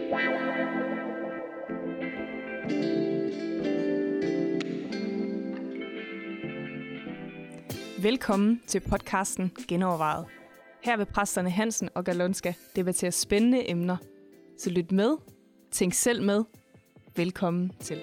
Velkommen til podcasten Genovervejet. Her vil præsterne Hansen og Galonska debattere spændende emner. Så lyt med, tænk selv med. Velkommen til.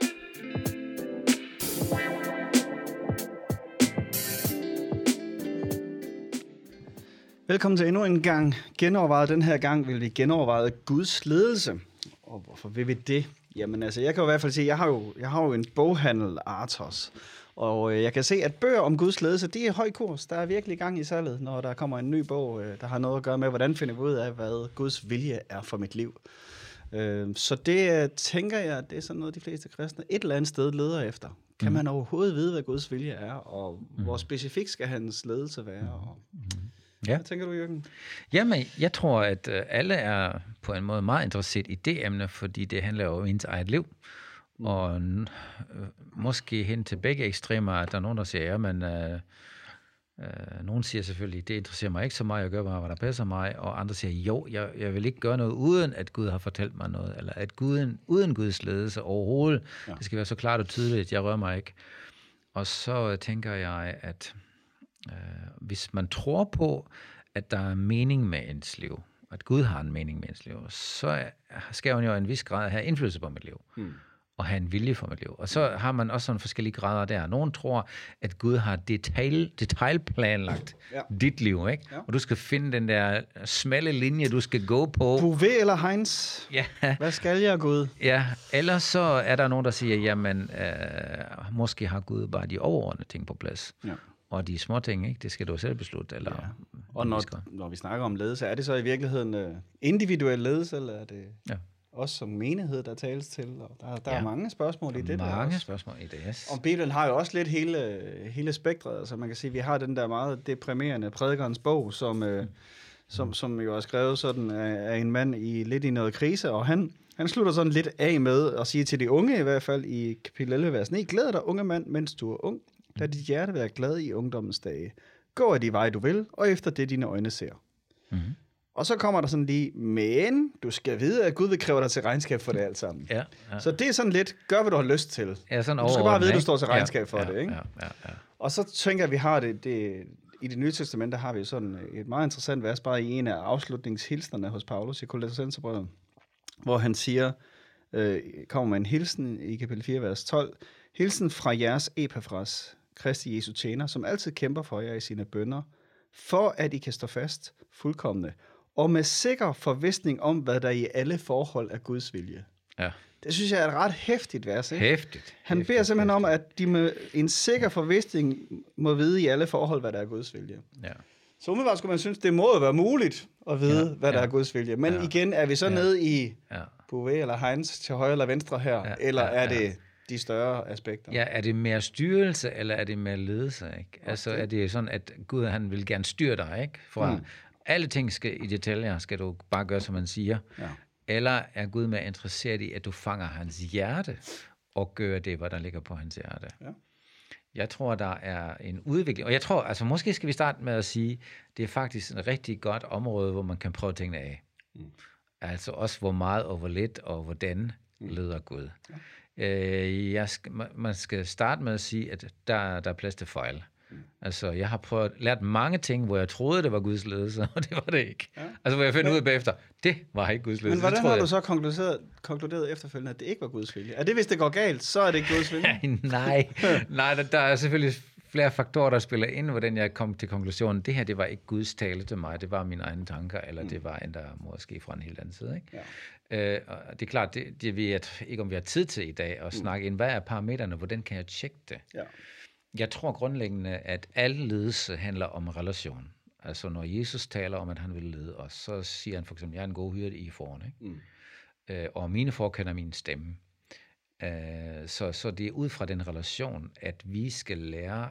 Velkommen til endnu en gang Genovervejet. Den her gang vil vi genoverveje Guds ledelse. Og hvorfor vil vi det? Jamen altså, jeg kan jo i hvert fald sige, jeg har jo en boghandel, Artos. Og jeg kan se, at bøger om Guds ledelse, de er høj kurs. Der er virkelig gang i salget, når der kommer en ny bog, der har noget at gøre med, hvordan finder vi ud af, hvad Guds vilje er for mit liv. Så det tænker jeg, det er sådan noget, de fleste kristne et eller andet sted leder efter. Kan man overhovedet vide, hvad Guds vilje er, og hvor specifikt skal hans ledelse være? Og ja. Hvad tænker du, Jørgen? Jamen, jeg tror, at alle er på en måde meget interesseret i det emne, fordi det handler jo om ens eget liv. Og måske hen til begge ekstremer, at der er nogen, der siger, ja, men nogen siger selvfølgelig, det interesserer mig ikke så meget, jeg gør bare, hvad der passer mig, og andre siger, jo, jeg vil ikke gøre noget, uden at Gud har fortalt mig noget, eller at uden Guds ledelse overhovedet, det skal være så klart og tydeligt, at jeg rører mig ikke. Og så tænker jeg, at hvis man tror på, at der er mening med ens liv, at Gud har en mening med ens liv, så skal hun jo en vis grad have indflydelse på mit liv. Og have en vilje for mit liv. Og så har man også sådan forskellige grader der. Nogen tror, at Gud har detailplanlagt dit liv, ikke? Ja. Og du skal finde den der smalle linje, du skal gå på. Bouvet eller Heinz? Ja. Hvad skal jeg, Gud? Ja, ellers så er der nogen, der siger, jamen, måske har Gud bare de overordnede ting på plads. Ja. Og de små ting, ikke? Det skal du selv beslutte. Eller, og når vi snakker om ledelse, er det så i virkeligheden individuel ledelse, eller er det... Ja. Også som menighed, der tales til, og der er mange spørgsmål i det der. Mange spørgsmål i det, yes. Og Bibelen har jo også lidt hele spektret, altså man kan sige, vi har den der meget deprimerende prædikernes bog, som jo er skrevet sådan af en mand lidt i noget krise, og han slutter sådan lidt af med at sige til de unge, i hvert fald i kapitel 11, vers 9, glæd dig, unge mand, mens du er ung, lad dit hjerte være glad i ungdommens dage. Gå af de veje, du vil, og efter det, dine øjne ser. Mm-hmm. Og så kommer der sådan lige, men du skal vide, at Gud vil kræve dig til regnskab for det alt sammen. Ja. Så det er sådan lidt, gør hvad du har lyst til. Ja, sådan du skal bare vide, at du står til regnskab for det. Ikke? Ja. Og så tænker jeg, at vi har det i det nye testament, der har vi sådan et meget interessant vers, bare i en af afslutningshilsnerne hos Paulus i Kolossenserbrevet, hvor han siger, kommer med en hilsen i kapitel 4, vers 12, hilsen fra jeres Epafras, Kristi Jesu tjener, som altid kæmper for jer i sine bønner, for at I kan stå fast fuldkomne, og med sikker forvisning om, hvad der i alle forhold er Guds vilje. Ja. Det synes jeg er et ret hæftigt vers, ikke? Hæftigt. Han beder simpelthen om, at de med en sikker forvisning må vide i alle forhold, hvad der er Guds vilje. Ja. Så umiddelbart skulle man synes, det må jo være muligt at vide, hvad der er Guds vilje. Men igen, er vi så nede i Bouvet eller Heinz til højre eller venstre her, eller er det de større aspekter? Ja, er det mere styrelse, eller er det mere ledelse, ikke? Okay. Altså, er det sådan, at Gud, han vil gerne styre dig, ikke? Fra alle ting i detaljer skal du bare gøre, som man siger. Ja. Eller er Gud mere interesseret i, at du fanger hans hjerte, og gør det, hvad der ligger på hans hjerte? Ja. Jeg tror, der er en udvikling, og jeg tror, altså måske skal vi starte med at sige, det er faktisk et rigtig godt område, hvor man kan prøve tingene af. Altså også, hvor meget og hvor lidt, og hvordan leder Gud. Ja. Man skal starte med at sige, at der er plads til fejl. Altså, jeg har lært mange ting, hvor jeg troede, det var Guds ledelse, og det var det ikke. Ja. Altså, hvor jeg fandt ud af bagefter, det var ikke Guds ledelse. Men hvordan har du så konkluderet efterfølgende, at det ikke var Guds vilje? Er det, hvis det går galt, så er det ikke Guds vilje? Nej, der er selvfølgelig flere faktorer, der spiller ind, hvordan jeg kom til konklusionen. Det her, det var ikke Guds tale til mig, det var mine egne tanker, eller det var en, der måske fra en helt anden side. Ikke? Ja. Og det er klart, det ved jeg ikke, om vi har tid til i dag at snakke ind. Hvad er parametrene? Hvordan kan jeg tjekke det? Ja. Jeg tror grundlæggende, at alle ledelse handler om relation. Altså når Jesus taler om, at han vil lede os, så siger han for eksempel, jeg er en god hyrde i forne. Og mine får kender min stemme. Så det er ud fra den relation, at vi skal lære,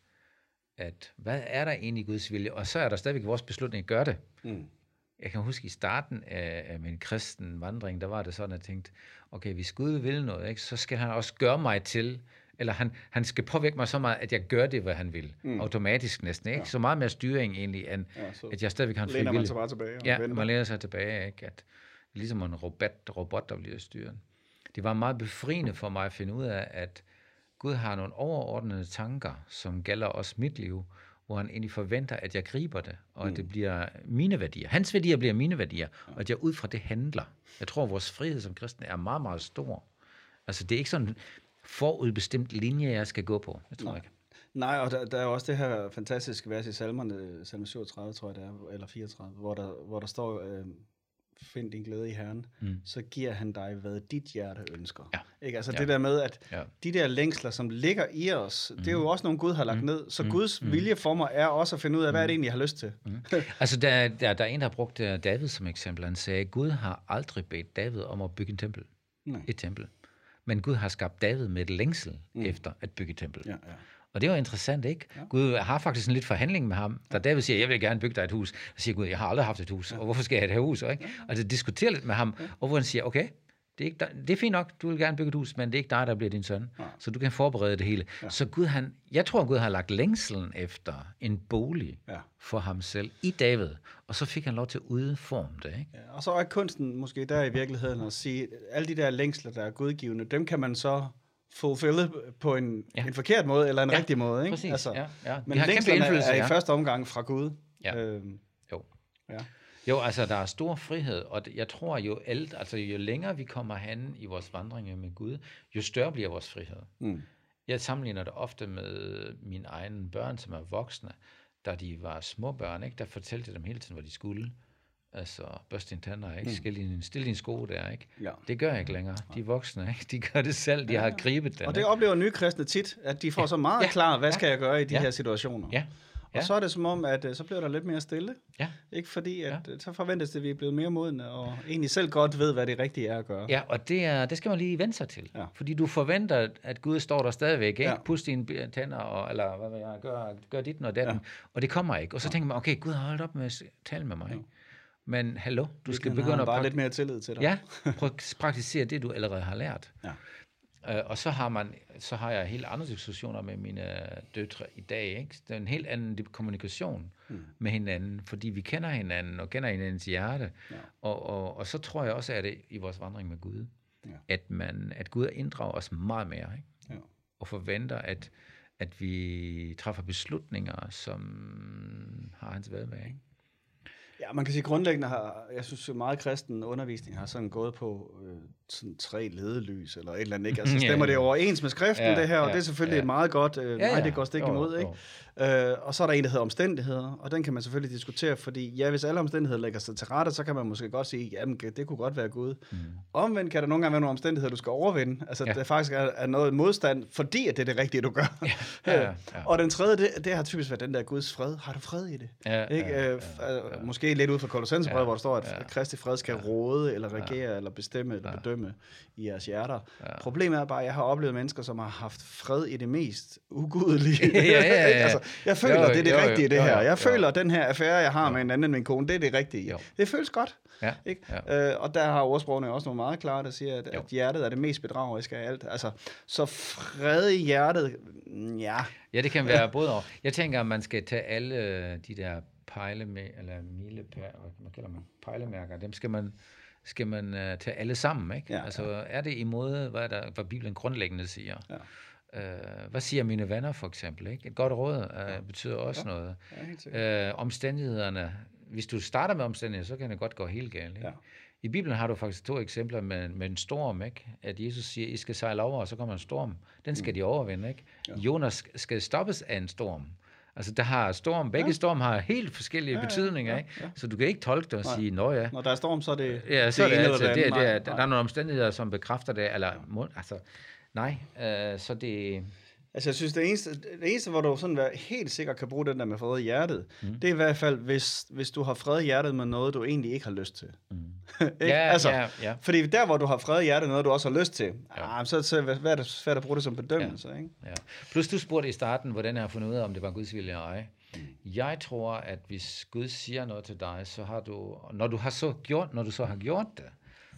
at hvad er der egentlig i Guds vilje? Og så er der stadigvæk vores beslutning at gøre det. Jeg kan huske i starten af min kristen vandring, der var det sådan, at jeg tænkte, okay, hvis Gud vil noget, ikke, så skal han også gøre mig til, eller han skal påvirke mig så meget, at jeg gør det, hvad han vil. Automatisk næsten, ikke? Ja. Så meget mere styring egentlig, end at jeg stadigvæk har en fri vilje. Læner man sig bare tilbage. Ja, man læner sig tilbage, ikke? Ligesom en robot, der bliver styret. Det var meget befriende for mig at finde ud af, at Gud har nogle overordnede tanker, som gælder også mit liv, hvor han egentlig forventer, at jeg griber det, og at det bliver mine værdier. Hans værdier bliver mine værdier, og at jeg ud fra det handler. Jeg tror, at vores frihed som kristne er meget, meget stor. Altså, det er ikke sådan en forudbestemt linje, jeg skal gå på. Det tror jeg ikke. Nej, og der er også det her fantastiske vers i salmerne, salme 37, tror jeg det er, eller 34, hvor der står, find din glæde i Herren, så giver han dig, hvad dit hjerte ønsker. Ja. Ikke? Altså det der med, at de der længsler, som ligger i os, det er jo også nogle Gud har lagt ned, så Guds vilje for mig er også at finde ud af, hvad er det egentlig, jeg har lyst til. Altså der er en, der har brugt David som eksempel. Han sagde, Gud har aldrig bedt David om at bygge en tempel. Et tempel. Men Gud har skabt David med et længsel efter at bygge et tempel. Ja, ja. Og det var interessant, ikke? Ja. Gud har faktisk en lidt forhandling med ham. Da David siger, jeg vil gerne bygge dig et hus, så siger Gud, jeg har aldrig haft et hus, og hvorfor skal jeg have et hus? Ikke? Og det diskuterer lidt med ham, og hvor han siger, okay, det er fint nok, du vil gerne bygge et hus, men det er ikke dig, der bliver din søn, så du kan forberede det hele. Ja. Så Gud, jeg tror, Gud har lagt længselen efter en bolig for ham selv i David, og så fik han lov til at udforme det. Ikke? Ja, og så er kunsten måske der i virkeligheden at sige, alle de der længsler, der er gudgivende, dem kan man så fulfille på en forkert måde, eller en rigtig måde. Ikke? Præcis. Altså, ja. Men længslerne er i første omgang fra Gud. Ja. Jo, altså der er stor frihed, og jeg tror jo længere vi kommer hen i vores vandringer med Gud, jo større bliver vores frihed. Jeg sammenligner det ofte med mine egne børn, som er voksne, da de var små børn, ikke? Der fortalte jeg dem hele tiden, hvad de skulle. Altså, børste dine tænder, ikke? Stil dine sko der, ikke? Ja. Det gør jeg ikke længere. De er voksne, ikke? De gør det selv, de har gribet den. Og det oplever nye kristne tit, at de får så meget klar, hvad skal jeg gøre i de her situationer? Ja. Og så er det som om, at så bliver der lidt mere stille. Ja. Ikke fordi, at så forventes det, at vi er blevet mere modne, og egentlig selv godt ved, hvad det rigtige er at gøre. Ja, og det skal man lige vende sig til. Ja. Fordi du forventer, at Gud står der stadigvæk, ikke? Ja. Pust dine tænder, eller hvad vil jeg gør dit og datten. Ja. Og det kommer ikke. Og så tænker man, okay, Gud har holdt op med at tale med mig. Ja. Men hallo, du skal begynde at bare lidt mere tillid til dig. Ja, praktisere det, du allerede har lært. Ja. Og så har jeg helt andre diskussioner med mine døtre i dag. Ikke? Det er en helt anden kommunikation med hinanden, fordi vi kender hinanden og kender hinandens hjerte. Ja. Og så tror jeg også, at det i vores vandring med Gud, at Gud inddrager os meget mere, ikke? Ja. Og forventer, at vi træffer beslutninger, som har hans velvære, ikke? Ja, man kan sige grundlæggende jeg synes jo meget kristen undervisning har sådan gået på sådan 3 ledelys eller et eller andet, ikke? Altså stemmer det overens med skriften det her, og det er selvfølgelig et meget godt, det går stik imod, ikke? Og så er der en, der hedder omstændigheder, og den kan man selvfølgelig diskutere, fordi hvis alle omstændigheder lægger sig til rette, så kan man måske godt sige, jamen det kunne godt være Gud. Omvendt kan der nogle gange være nogle omstændigheder, du skal overvinde, altså der faktisk er noget modstand, fordi at det er det rigtige, du gør. Og den tredje, det har typisk været den der Guds fred. Har du fred i det? Måske lidt ud fra Kolossenserbrevet, hvor der står, at Kristi fred skal råde, eller regere, eller bestemme, eller bedømme i jeres hjerter. Problemet er bare, at jeg har oplevet mennesker, som har haft fred i det mest ugudelige. Altså, jeg føler, det er det rigtige, det her. Jeg føler, at den her affære, jeg har med en anden end min kone, det er det rigtige. Det føles godt. Ikke? Og der har ordsprogene også nogle meget klare, der siger, at hjertet er det mest bedrageriske af alt. Altså, så fred i hjertet, Ja, det kan være både og. Jeg tænker, at man skal tage alle de der pejlemærker, dem skal man tage alle sammen, ikke? Altså, er det imod, hvad Bibelen grundlæggende siger? Ja. Hvad siger mine venner, for eksempel? Ikke? Et godt råd betyder også noget. Omstændighederne, hvis du starter med omstændigheder, så kan det godt gå helt galt. Ikke? Ja. I Bibelen har du faktisk 2 eksempler med en storm, ikke? At Jesus siger, I skal sejle over, og så kommer en storm. Den skal de overvinde, ikke? Ja. Jonas skal stoppes af en storm. Altså, der har storm, begge storm har helt forskellige betydninger, ikke? Ja. Så du kan ikke tolke det og sige, når der er storm, så er det så det er der er nogle omstændigheder, som bekræfter det, eller så det. Altså, jeg synes, det eneste, hvor du sådan helt sikkert kan bruge den der med fred i hjertet, det er i hvert fald, hvis du har fred i hjertet med noget, du egentlig ikke har lyst til. Fordi der, hvor du har fred i hjertet med noget, du også har lyst til, så hvad er det svært at bruge det som bedømmelse, ikke? Ja. Plus, du spurgte i starten, hvordan jeg har fundet ud af, om det var Guds vilje eller ej. Jeg tror, at hvis Gud siger noget til dig, så har du, når du så har gjort det,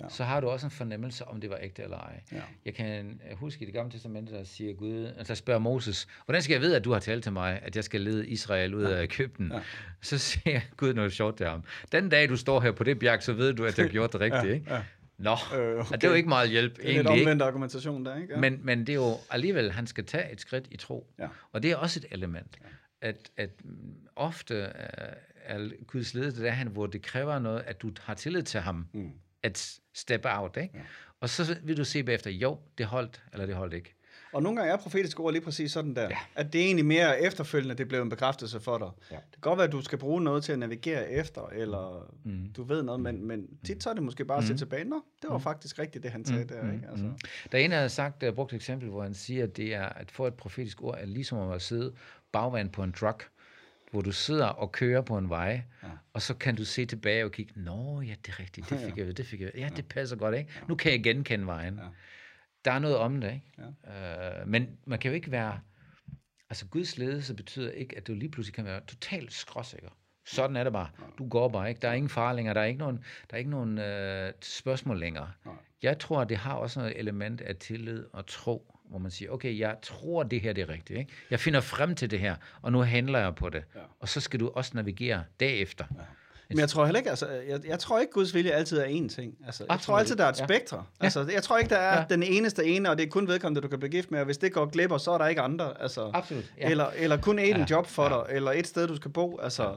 så har du også en fornemmelse, om det var ægte eller ej. Ja. Jeg kan huske i Det Gamle Testamente, der siger Gud, der spørger Moses, hvordan skal jeg vide, at du har talt til mig, at jeg skal lede Israel ud af Egypten? Ja. Så siger Gud noget sjovt til ham. Den dag, du står her på det bjerg, så ved du, at jeg har gjort det rigtigt, ikke? Ja. Nå, okay. Det er jo ikke meget hjælp, egentlig. Det er lidt omvendt argumentation der, ikke? Ja. Men det er jo alligevel, han skal tage et skridt i tro. Ja. Og det er også et element, at ofte er Guds ledelse derhen, hvor det kræver noget, at du har tillid til ham, at step out, ikke? Ja. Og så vil du se bagefter, jo, det holdt, eller det holdt ikke. Og nogle gange er profetiske ord lige præcis sådan der, at det er egentlig mere efterfølgende, det blev en bekræftelse for dig. Ja. Det kan godt være, at du skal bruge noget til at navigere efter, eller du ved noget, men tit så er det måske bare at se tilbage. Nå, det var faktisk rigtigt, det han sagde der. Ikke? Altså. Der er en, der har sagt, brugt et eksempel, hvor han siger, at det er, at få et profetisk ord er ligesom at sidde bagvand på en truck, hvor du sidder og kører på en vej, og så kan du se tilbage og kigge, nå ja, det er rigtigt, det fik jeg ved, ja, det passer godt, ikke? Nu kan jeg genkende vejen. Ja. Der er noget om det, ikke? Ja. Men man kan jo ikke være... Altså, Guds ledelse betyder ikke, at du lige pludselig kan være totalt skråsikker. Sådan er det bare. Du går bare, ikke? Der er ingen far længere, der er ikke nogen spørgsmål længere. Jeg tror, at det har også noget element af tillid og tro, hvor man siger, okay, jeg tror, det her det er rigtigt, ikke? Jeg finder frem til det her, og nu handler jeg på det. Ja. Og så skal du også navigere derefter. Ja. Men jeg tror heller ikke, altså, jeg tror ikke, Guds vilje altid er én ting. Altså, jeg tror altid, der er et spektre. Ja. Altså, jeg tror ikke, der er den eneste ene, og det er kun vedkommende, du kan blive gift med, og hvis det går glipper, så er der ikke andre. Altså, absolut. Ja. Eller kun et job for dig, eller et sted, du skal bo. Altså,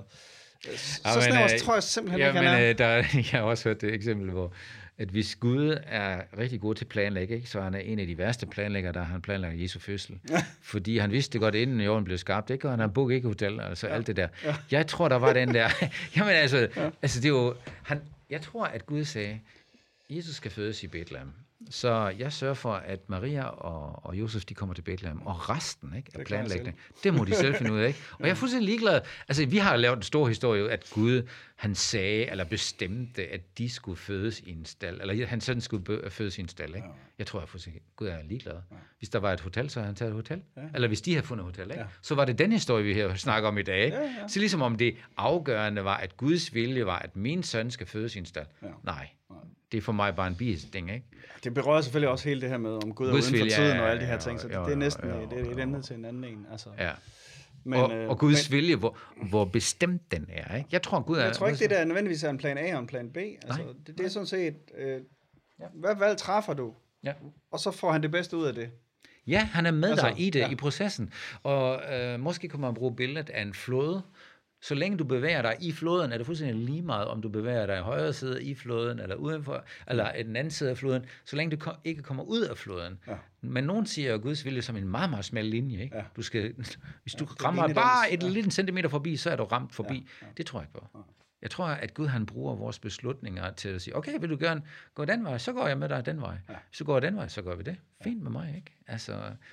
så snævert tror jeg simpelthen ikke, han er. Jeg har også hørt det eksempel, hvor at hvis Gud er rigtig god til at planlægge, ikke, så han er en af de værste planlæggere, der han planlægger Jesu fødsel. Fordi han vidste det godt, inden jorden blev skabt, ikke? Og han har booket ikke hotel, altså alt det der. Ja. Jeg tror, der var den der... Jamen altså det er jo... Jeg tror, at Gud sagde, Jesus skal fødes i Bethlehem. Så jeg sørger for, at Maria og Josef, de kommer til Bethlehem, og resten, ikke, af planlægning, det må de selv finde ud af, ikke? Og jeg er fuldstændig ligeglad. Altså, vi har lavet en stor historie, at Gud, han sagde, eller bestemte, at de skulle fødes i en stald, eller han sådan skulle fødes i en stald, ikke? Jeg tror, at Gud er ligeglad. Hvis der var et hotel, så havde han taget et hotel. Eller hvis de havde fundet et hotel, ikke? Så var det den historie, vi her snakker om i dag, ikke? Så ligesom om det afgørende var, at Guds vilje var, at min søn skal fødes i en stald. Nej. Det er for mig bare en biting, ikke? Det berører selvfølgelig også hele det her med, om Gud er uden for tiden og alle de her ting, så det er næsten det er et emne til en anden en. Altså. Ja. Men, og Guds vilje, hvor bestemt den er, ikke? Jeg tror ikke, det der nødvendigvis er en plan A og en plan B. Altså, det er sådan set, hvad valg træffer du? Ja. Og så får han det bedste ud af det. Ja, han er med dig i det, i processen. Og måske kan man bruge billedet af en flåde. Så længe du bevæger dig i floden, er det fuldstændig lige meget, om du bevæger dig i højre side i floden, eller udenfor, eller i den anden side af floden, så længe du ikke kommer ud af floden. Ja. Men nogen siger jo Guds vilje som en meget, meget smal linje. Ikke? Ja. Hvis du rammer bare et lille centimeter forbi, så er du ramt forbi. Ja. Det tror jeg ikke på. Jeg tror, at Gud han bruger vores beslutninger til at sige, okay, vil du gerne gå den vej, så går jeg med dig den vej. Ja. Hvis du går den vej, så gør vi det. Fint med mig, ikke? Altså,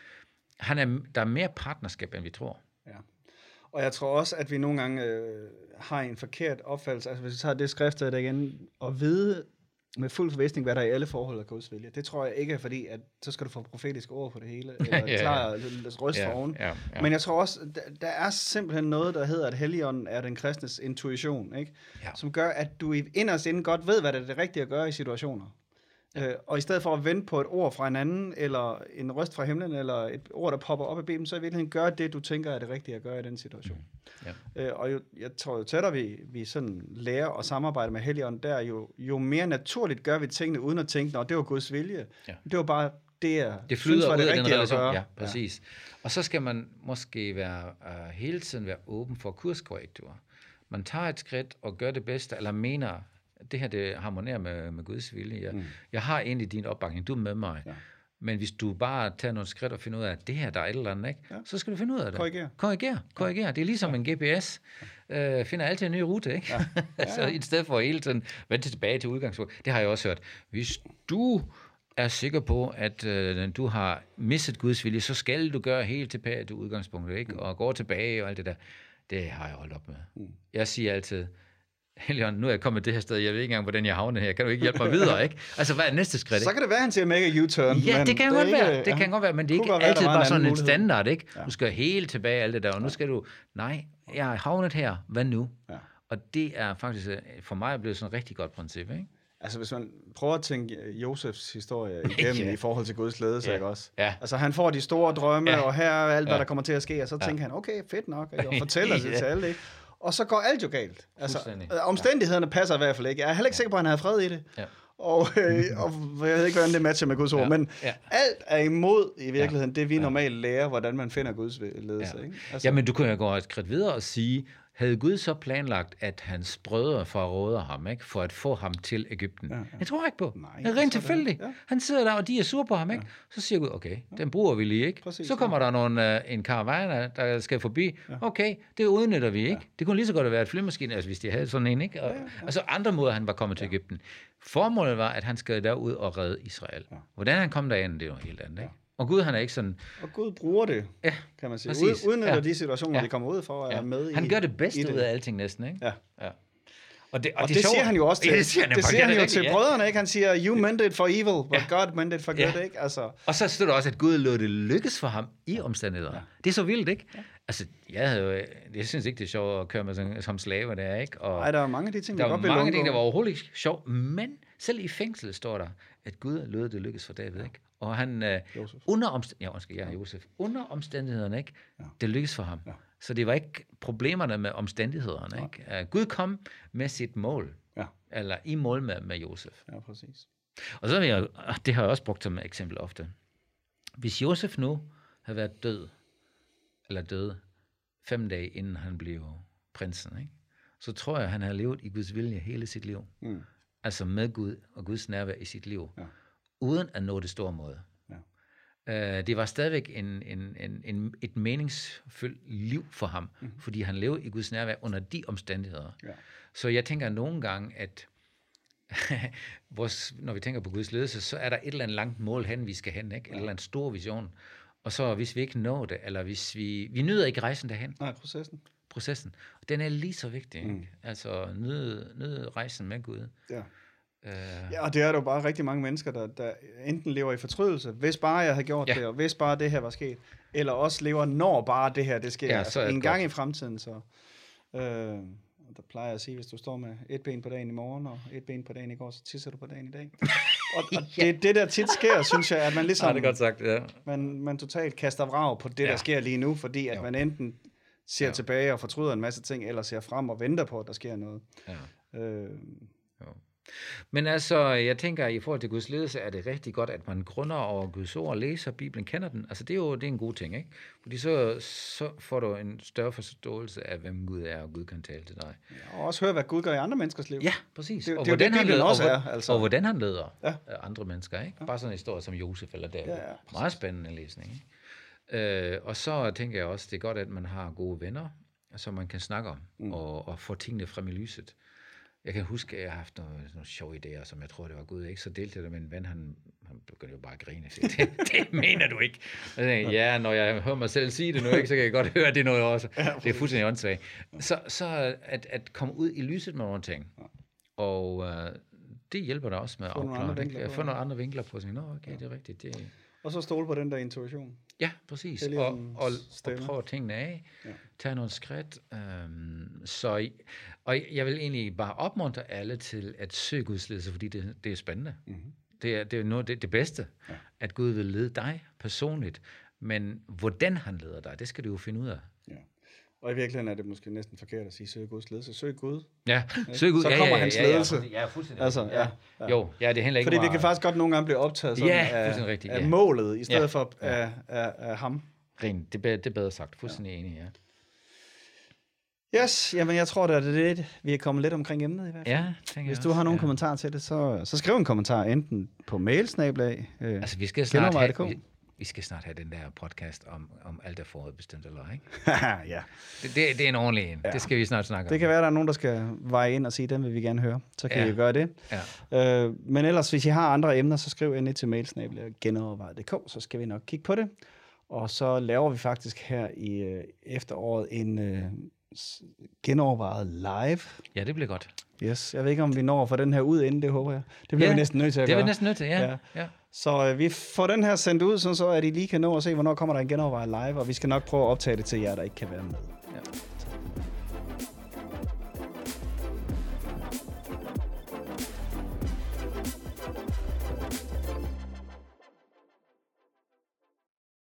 der er mere partnerskab, end vi tror. Ja. Og jeg tror også, at vi nogle gange har en forkert opfattelse. Altså hvis vi tager det skrift der igen, og vide med fuld forvisning, hvad der i alle forhold er Guds vilje. Det tror jeg ikke er fordi, at så skal du få profetiske ord på det hele, eller klar røst for oven. Ja. Men jeg tror også, der er simpelthen noget, der hedder, at Helligånden er den kristnes intuition, ikke? Ja. Som gør, at du inderst inden godt ved, hvad det er det rigtige at gøre i situationer. Og i stedet for at vente på et ord fra en anden, eller en røst fra himlen, eller et ord, der popper op i Bibelen, så i virkeligheden gør det, du tænker er det rigtige at gøre i den situation. Ja. Og jeg tror, jo tættere vi sådan lærer at samarbejde med Helligånden, der jo mere naturligt gør vi tingene, uden at tænke, det var Guds vilje. Ja. Det var bare det flyder ud af den relation. Ja, præcis. Ja. Og så skal man måske hele tiden være åben for kurskorrektur. Man tager et skridt og gør det bedste, eller mener, det her, det harmonerer med Guds vilje. Jeg har egentlig din opbakning, du er med mig. Ja. Men hvis du bare tager nogle skridt og finder ud af, at det her, der er et eller andet, ikke? Ja. Så skal du finde ud af det. Korrigere. Det er ligesom en GPS. Finder altid en ny rute, ikke? Ja. Så i stedet for hele tiden vente tilbage til udgangspunkt. Det har jeg også hørt. Hvis du er sikker på, at du har misset Guds vilje, så skal du gøre helt tilbage til udgangspunktet, ikke? Og gå tilbage og alt det der. Det har jeg holdt op med. Jeg siger altid, Helligånd, nu er jeg kommet det her sted, jeg ved ikke engang, hvordan jeg havner her. Kan du ikke hjælpe mig videre, ikke? Altså, hvad er næste skridt, ikke? Så kan det være, han siger make a U-turn. Ja, det kan godt være. Det kan godt være, men det er ikke altid bare sådan en standard, ikke? Ja. Du skal helt tilbage alt det der, og nu skal du, nej, jeg har havnet her, hvad nu? Ja. Og det er faktisk, for mig blevet sådan et rigtig godt princip, ikke? Altså, hvis man prøver at tænke Josefs historie igennem i forhold til Guds ledelse, ikke også? Ja. Altså, han får de store drømme, og her er alt, hvad der kommer til at ske, og så tænker han, okay, fedt nok, og fortæller det til alle, ikke? Og så går alt jo galt. Altså, omstændighederne passer i hvert fald ikke. Jeg er heller ikke sikker på, at han havde fred i det. Ja. Og jeg ved ikke, hvordan det matcher med Guds ord, men alt er imod i virkeligheden det, vi normalt lærer, hvordan man finder Guds ledelse. Ikke? Altså, men du kunne jo gå et skridt videre og sige, havde Gud så planlagt, at hans brødre forråder ham, ikke, for at få ham til Egypten? Ja. Jeg tror ikke på. Det er rent tilfældigt. Ja. Han sidder der, og de er sure på ham, ikke? Så siger Gud, okay, den bruger vi lige, ikke? Præcis, så kommer der en karavane, der skal forbi. Okay, det udnytter vi, ikke? Ja. Det kunne lige så godt være et flymaskine, altså hvis de havde sådan en, ikke? Og, altså andre måder, han var kommet til Egypten. Formålet var, at han skal derud og redde Israel. Ja. Hvordan han kom derind, det er jo helt andet, ikke? Og Gud, han er ikke sådan... Og Gud bruger det, kan man sige. Udnytter de situationer, de kommer ud for, og er med i. Han gør det bedste ud af alting næsten, ikke? Ja. Og det siger han jo også til, det siger han jo til brødrene, ikke? Han siger, you meant it for evil, but God meant it for good, ikke? Altså. Og så stod der også, at Gud lod det lykkes for ham i omstændigheder. Ja. Det er så vildt, ikke? Ja. Altså, jeg synes ikke, det er sjovt at køre med som slave, det er, ikke? Nej, der er mange af de ting, der var overhovedet ikke sjovt, men selv i fængslet står der, at Gud lod det lykkes for David, ikke? Og han under omstændighederne, ikke? Ja. Det lykkedes for ham. Ja. Så det var ikke problemerne med omstændighederne, ikke? Gud kom med sit mål, eller i mål med Josef. Ja, præcis. Og så det har jeg også brugt som eksempel ofte. Hvis Josef nu havde været død 5 dage inden han blev prinsen, ikke? Så tror jeg, han havde levet i Guds vilje hele sit liv. Mm. Altså med Gud og Guds nærvær i sit liv. Ja. Uden at nå det store mål. Ja. Det var stadigvæk et meningsfyldt liv for ham, fordi han levede i Guds nærvær under de omstændigheder. Ja. Så jeg tænker nogle gange, at når vi tænker på Guds ledelse, så er der et eller andet langt mål hen, vi skal hen, ikke? En eller anden stor vision. Og så hvis vi ikke når det, eller hvis vi nyder ikke rejsen derhen. Nej, processen. Den er lige så vigtig, ikke? Altså nyde rejsen med Gud. Ja. Ja, og det er der jo bare rigtig mange mennesker, der enten lever i fortrydelse, hvis bare jeg havde gjort det, og hvis bare det her var sket, eller også lever, når bare det her det sker. Ja, altså, en gang i fremtiden, så... der plejer jeg at sige, hvis du står med et ben på dagen i morgen, og et ben på dagen i går, så tisser du på dagen i dag. Og det der tit sker, synes jeg, at man ligesom... det er godt sagt, ja. Man totalt kaster vrag på det, der sker lige nu, fordi at man enten ser tilbage og fortryder en masse ting, eller ser frem og venter på, at der sker noget. Ja. Men altså, jeg tænker, i forhold til Guds ledelse, er det rigtig godt, at man grunder over Guds ord og læser Bibelen, kender den. Altså, det er en god ting, ikke? Fordi så får du en større forståelse af, hvem Gud er, og Gud kan tale til dig. Ja, og også høre, hvad Gud gør i andre menneskers liv. Ja, præcis. Og hvordan han leder, og hvordan han leder andre mennesker, ikke? Bare sådan en historie som Josef eller David. Ja, meget spændende læsning, ikke? Og så tænker jeg også, det er godt, at man har gode venner, som man kan snakke om, og få tingene frem i lyset. Jeg kan huske, at jeg har haft nogle sjove idéer, som jeg tror, det var Gud, ikke? Så delte jeg det med en ven, han begyndte jo bare at grine. Det mener du ikke. Og jeg tænkte, når jeg hører mig selv sige det nu, ikke, så kan jeg godt høre, at det er noget også. Det er fuldstændig åndssvagt. Så at komme ud i lyset med nogle ting. Og det hjælper dig også med at få nogle andre vinkler på. Okay, det er rigtigt. Og så stole på den der intuition. Ja, præcis. Og prøve tingene af. Ja. Tage nogle skridt. Og jeg vil egentlig bare opmuntre alle til at søge Guds ledelse, fordi det er spændende. Mm-hmm. Det er noget det bedste, at Gud vil lede dig personligt. Men hvordan han leder dig, det skal du jo finde ud af. Ja. Og i virkeligheden er det måske næsten forkert at sige, søg Guds ledelse. Søg Gud. Ja, søg Gud. Så kommer hans ledelse. Ja, fuldstændig. Altså, Jo, det er heller ikke fordi vi kan faktisk godt nogle gange blive optaget sådan af målet, i stedet for af ham. Rent, det er bedre sagt. Fuldstændig enig, ja. Yes, jamen jeg tror, det er det. Vi er kommet lidt omkring emnet i hvert fald. Ja, tænker Hvis du har nogle kommentarer til det, så skriv en kommentar enten på mailsnablag. Altså vi skal snart have den der podcast om alt er forudbestemt, eller ikke? Ja. Det er en ordentlig en. Ja. Det skal vi snart snakke om. Det kan være, der er nogen, der skal veje ind og sige, den vil vi gerne høre. Så kan I gøre det. Ja. Men ellers, hvis I har andre emner, så skriv endelig til mailsnablag@genovervejet.dk, så skal vi nok kigge på det. Og så laver vi faktisk her i efteråret en genovervejet live. Ja, det bliver godt. Yes, jeg ved ikke, om vi når for den her ud inden, det håber jeg. Det bliver vi næsten nødt til at gøre. Det er vi næsten nødt til, ja. Så vi får den her sendt ud, så at I lige kan nå at se, hvornår kommer der en genovervejet live, og vi skal nok prøve at optage det til jer, der ikke kan være med.